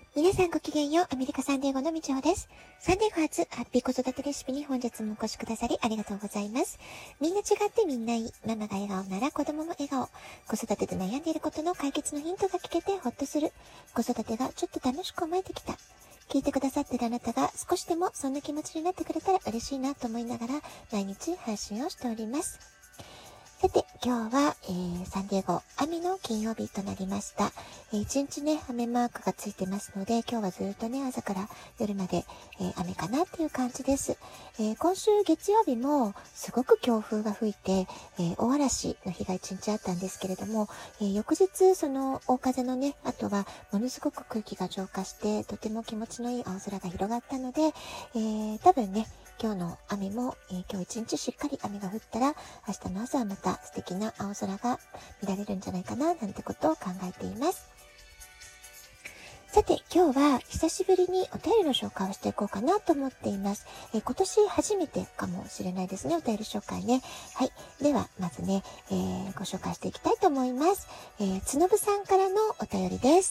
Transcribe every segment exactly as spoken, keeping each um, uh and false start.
皆さんごきげんよう。アメリカサンディエゴのみちほです。サンディエゴ初ハッピー子育てレシピに本日もお越しくださりありがとうございます。みんな違ってみんないい。ママが笑顔なら子供も笑顔。子育てで悩んでいることの解決のヒントが聞けてほっとする。子育てがちょっと楽しく思えてきた。聞いてくださっているあなたが少しでもそんな気持ちになってくれたら嬉しいなと思いながら毎日配信をしております。さて、今日は、えー、サンディエゴ雨の金曜日となりました。えー、一日ね、雨マークがついてますので、今日はずっとね、朝から夜まで、えー、雨かなっていう感じです。えー、今週月曜日もすごく強風が吹いて、えー、大嵐の日が一日あったんですけれども、えー、翌日、その大風のね、後はものすごく空気が浄化して、とても気持ちのいい青空が広がったので、えー、多分ね、今日の雨も、えー、今日一日しっかり雨が降ったら、明日の朝はまた素敵な青空が見られるんじゃないかな、なんてことを考えています。さて、今日は久しぶりにお便りの紹介をしていこうかなと思っています。えー、今年初めてかもしれないですね、お便り紹介ね。はい。では、まずね、えー、ご紹介していきたいと思います。えー、つのぶさんからのお便りです。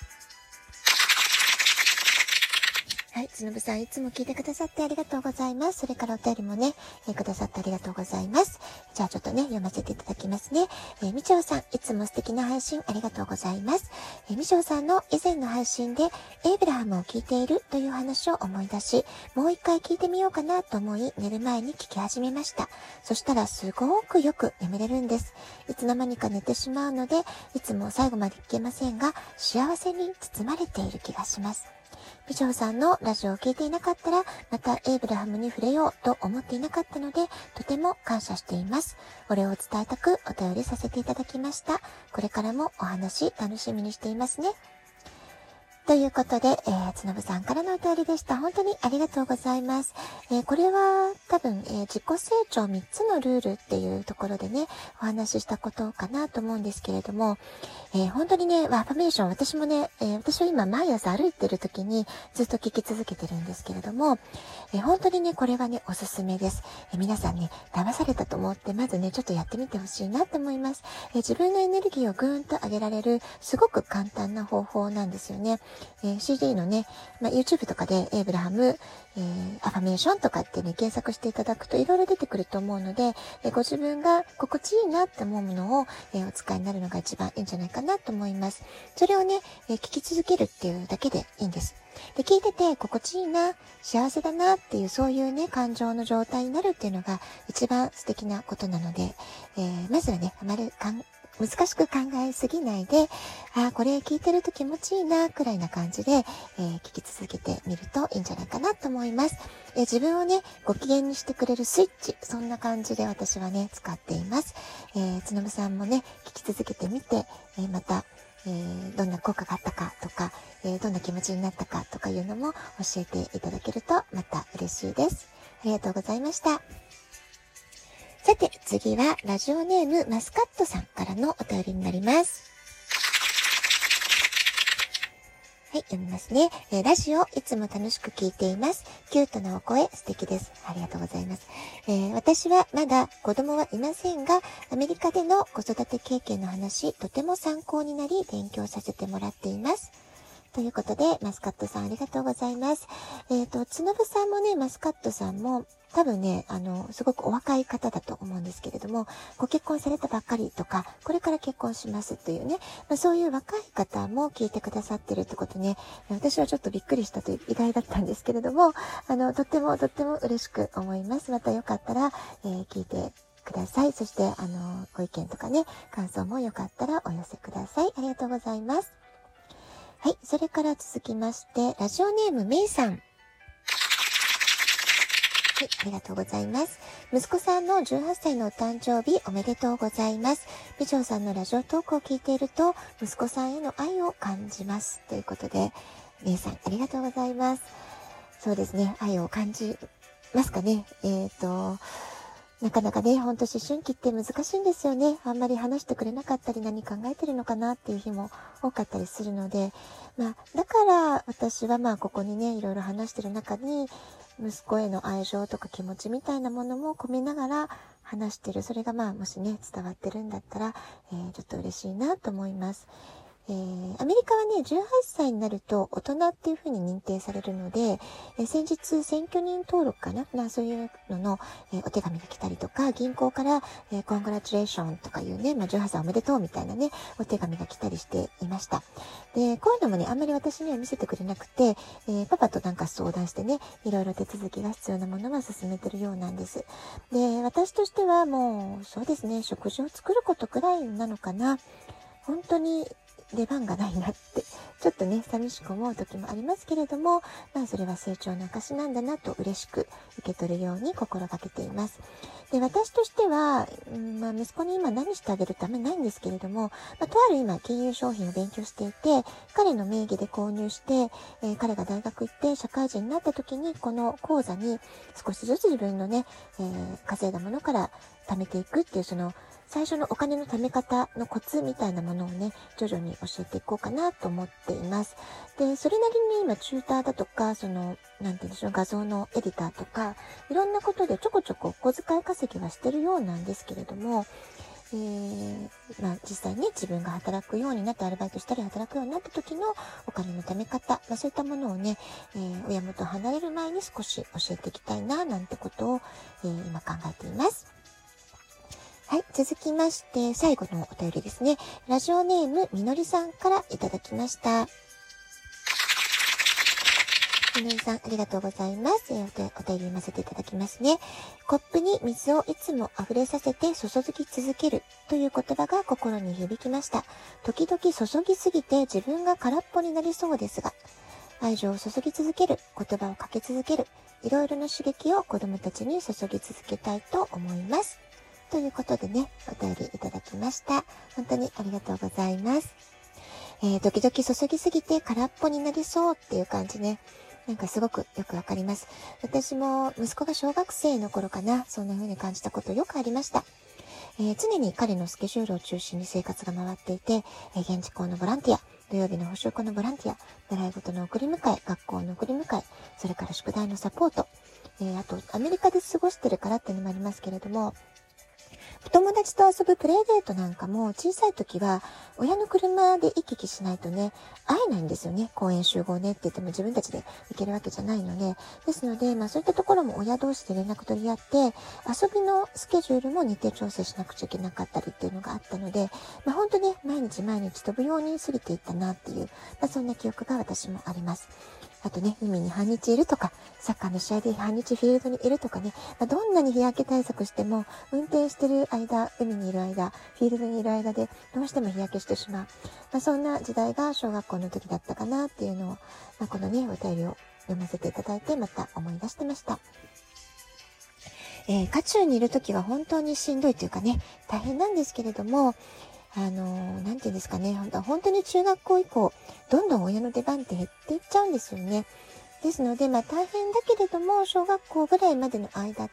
はい、つのぶさんいつも聞いてくださってありがとうございます。それからお便りもね、えー、くださってありがとうございます。じゃあちょっとね、読ませていただきますね。えー、みちおさん、いつも素敵な配信ありがとうございます。えー、みちおさんの以前の配信で、エイブラハムを聞いているという話を思い出し、もう一回聞いてみようかなと思い、寝る前に聞き始めました。そしたらすごくよく眠れるんです。いつの間にか寝てしまうので、いつも最後まで聞けませんが、幸せに包まれている気がします。みちほさんのラジオを聞いていなかったら、またエイブラハムに触れようと思っていなかったので、とても感謝しています。お礼を伝えたくお便りさせていただきました。これからもお話楽しみにしていますね。ということで、えー、つのぶさんからのお便りでした。本当にありがとうございます。えー、これは多分、えー、自己成長みっつのルールっていうところでね、お話ししたことかなと思うんですけれども、えー、本当にね、アファメーション、私もね、えー、私は今毎朝歩いてる時にずっと聞き続けてるんですけれども、えー、本当にね、これはね、おすすめです。えー、皆さんね、騙されたと思って、まずね、ちょっとやってみてほしいなと思います。えー、自分のエネルギーをぐーんと上げられる、すごく簡単な方法なんですよね。えー、シーディー のね、まあ、YouTube とかでエイブラハム、えー、アファメーションとかってね、検索していただくといろいろ出てくると思うので、えー、ご自分が心地いいなって思うものを、えー、お使いになるのが一番いいんじゃないかなと思います。それをね、えー、聞き続けるっていうだけでいいんです。で、聞いてて心地いいな、幸せだなっていうそういうね、感情の状態になるっていうのが一番素敵なことなので、えー、まずはね、あまりかん難しく考えすぎないで、ああ、これ聞いてると気持ちいいな、くらいな感じで、えー、聞き続けてみるといいんじゃないかなと思います。えー、自分をね、ご機嫌にしてくれるスイッチ、そんな感じで私はね、使っています。えー、つのぶさんもね、聞き続けてみて、えー、また、えー、どんな効果があったかとか、えー、どんな気持ちになったかとかいうのも教えていただけるとまた嬉しいです。ありがとうございました。さて、次はラジオネームマスカットさんからのお便りになります。はい、読みますね。えー、ラジオいつも楽しく聞いています。キュートなお声素敵です。ありがとうございます。えー、私はまだ子供はいませんが、アメリカでの子育て経験の話、とても参考になり勉強させてもらっています。ということで、マスカットさんありがとうございます。えっと、つのぶさんもね、マスカットさんも、多分ね、あの、すごくお若い方だと思うんですけれども、ご結婚されたばっかりとか、これから結婚しますというね、まあ、そういう若い方も聞いてくださってるってことね、私はちょっとびっくりしたという意外だったんですけれども、あの、とってもとっても嬉しく思います。またよかったら、えー、聞いてください。そして、あの、ご意見とかね、感想もよかったらお寄せください。ありがとうございます。はい。それから続きまして、ラジオネームメイさん。はい。ありがとうございます。息子さんのじゅうはっさいのお誕生日おめでとうございます。美女さんのラジオトークを聞いていると、息子さんへの愛を感じます。ということで、メイさん、ありがとうございます。そうですね。愛を感じますかね。えっと、なかなかね、ほんと思春期って難しいんですよね。あんまり話してくれなかったり、何考えてるのかなっていう日も多かったりするので、まあ、だから私はまあ、ここにね、いろいろ話してる中に、息子への愛情とか気持ちみたいなものも込めながら話してる。それがまあ、もしね、伝わってるんだったら、えー、ちょっと嬉しいなと思います。 えー、アメリカはね、じゅうはっさいになると大人っていう風に認定されるので、えー、先日選挙人登録かな、まあそういうのの、えー、お手紙が来たりとか、銀行から、えー、コングラチュレーションとかいうね、まあじゅうはっさいおめでとうみたいなね、お手紙が来たりしていました。で、こういうのもね、あんまり私には見せてくれなくて、えー、パパとなんか相談してね、いろいろ手続きが必要なものは進めてるようなんです。で、私としてはもう、そうですね、食事を作ることくらいなのかな。本当に出番がないなって、ちょっとね、寂しく思う時もありますけれども、まあそれは成長の証なんだなと嬉しく受け取るように心がけています。で、私としては、うん、まあ息子に今何してあげるってあんまりないんですけれども、まあ、とある今金融商品を勉強していて、彼の名義で購入して、えー、彼が大学行って社会人になった時にこの口座に少しずつ自分のね、えー、稼いだものから貯めていくっていう、その最初のお金の貯め方のコツみたいなものをね、徐々に教えていこうかなと思っています。で、それなりに今、チューターだとか、その、なんて言うんでしょう、画像のエディターとか、いろんなことでちょこちょこお小遣い稼ぎはしてるようなんですけれども、えー、まあ実際に自分が働くようになって、アルバイトしたり働くようになった時のお金の貯め方、まあそういったものをね、えー、親元を離れる前に少し教えていきたいな、なんてことを、えー、今考えています。はい。続きまして、最後のお便りですね。ラジオネーム、みのりさんからいただきました。みのりさん、ありがとうございます。えー、お便り読ませていただきますね。コップに水をいつも溢れさせて注ぎ続けるという言葉が心に響きました。時々注ぎすぎて自分が空っぽになりそうですが、愛情を注ぎ続ける、言葉をかけ続ける、いろいろな刺激を子供たちに注ぎ続けたいと思います。ということでね、お便りいただきました。本当にありがとうございます。えー、時々注ぎすぎて空っぽになりそうっていう感じね。なんかすごくよくわかります。私も息子が小学生の頃かな、そんな風に感じたことよくありました。えー、常に彼のスケジュールを中心に生活が回っていて、えー、現地校のボランティア、土曜日の補習校のボランティア、習い事の送り迎え、学校の送り迎え、それから宿題のサポート、えー、あとアメリカで過ごしてるからっていうのもありますけれども、お友達と遊ぶプレイデートなんかも小さい時は親の車で行き来しないとね、会えないんですよね。公園集合ねって言っても自分たちで行けるわけじゃないので。ですので、まあそういったところも親同士で連絡取り合って、遊びのスケジュールも日程調整しなくちゃいけなかったりっていうのがあったので、まあ本当ね、毎日毎日飛ぶように過ぎていったなっていう、まあそんな記憶が私もあります。あとね、海に半日いるとか、サッカーの試合で半日フィールドにいるとかね、まあ、どんなに日焼け対策しても、運転してる間、海にいる間、フィールドにいる間で、どうしても日焼けしてしまう。まあ、そんな時代が小学校の時だったかなっていうのを、まあ、このね、お便りを読ませていただいて、また思い出してました。えー、渦中にいる時は本当にしんどいというかね、大変なんですけれども、あのー、なんていうんですかね、本当に中学校以降、どんどん親の出番って減っていっちゃうんですよね。ですので、まあ大変だけれども、小学校ぐらいまでの間って、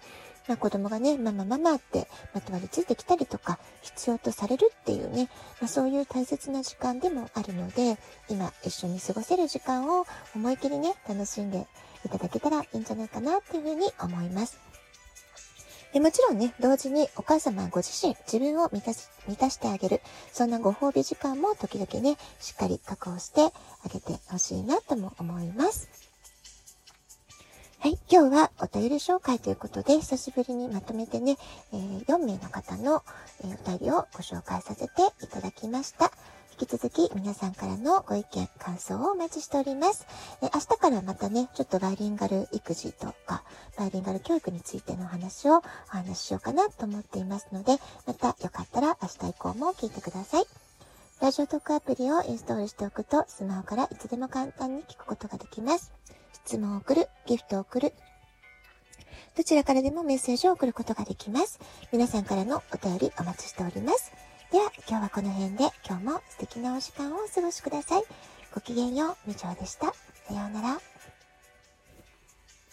まあ子供がね、ママママってまとわりついてきたりとか、必要とされるっていうね、まあそういう大切な時間でもあるので、今一緒に過ごせる時間を思い切りね、楽しんでいただけたらいいんじゃないかなっていうふうに思います。でもちろんね、同時にお母様ご自身、自分を満たし、満たしてあげる、そんなご褒美時間も時々ね、しっかり確保してあげてほしいなとも思います。はい、今日はお便り紹介ということで、久しぶりにまとめてね、えー、よんめいの方の、えー、お便りをご紹介させていただきました。引き続き皆さんからのご意見、感想をお待ちしております。えー、明日からまたね、ちょっとバイリンガル育児とか、バイリンガル教育についてのお話をお話ししようかなと思っていますので、またよかったら明日以降も聞いてください。ラジオトークアプリをインストールしておくと、スマホからいつでも簡単に聞くことができます。質問を送る、ギフトを送る、どちらからでもメッセージを送ることができます。皆さんからのお便りお待ちしております。では今日はこの辺で、今日も素敵なお時間をお過ごしください。ごきげんよう、みちょうでした。さようなら。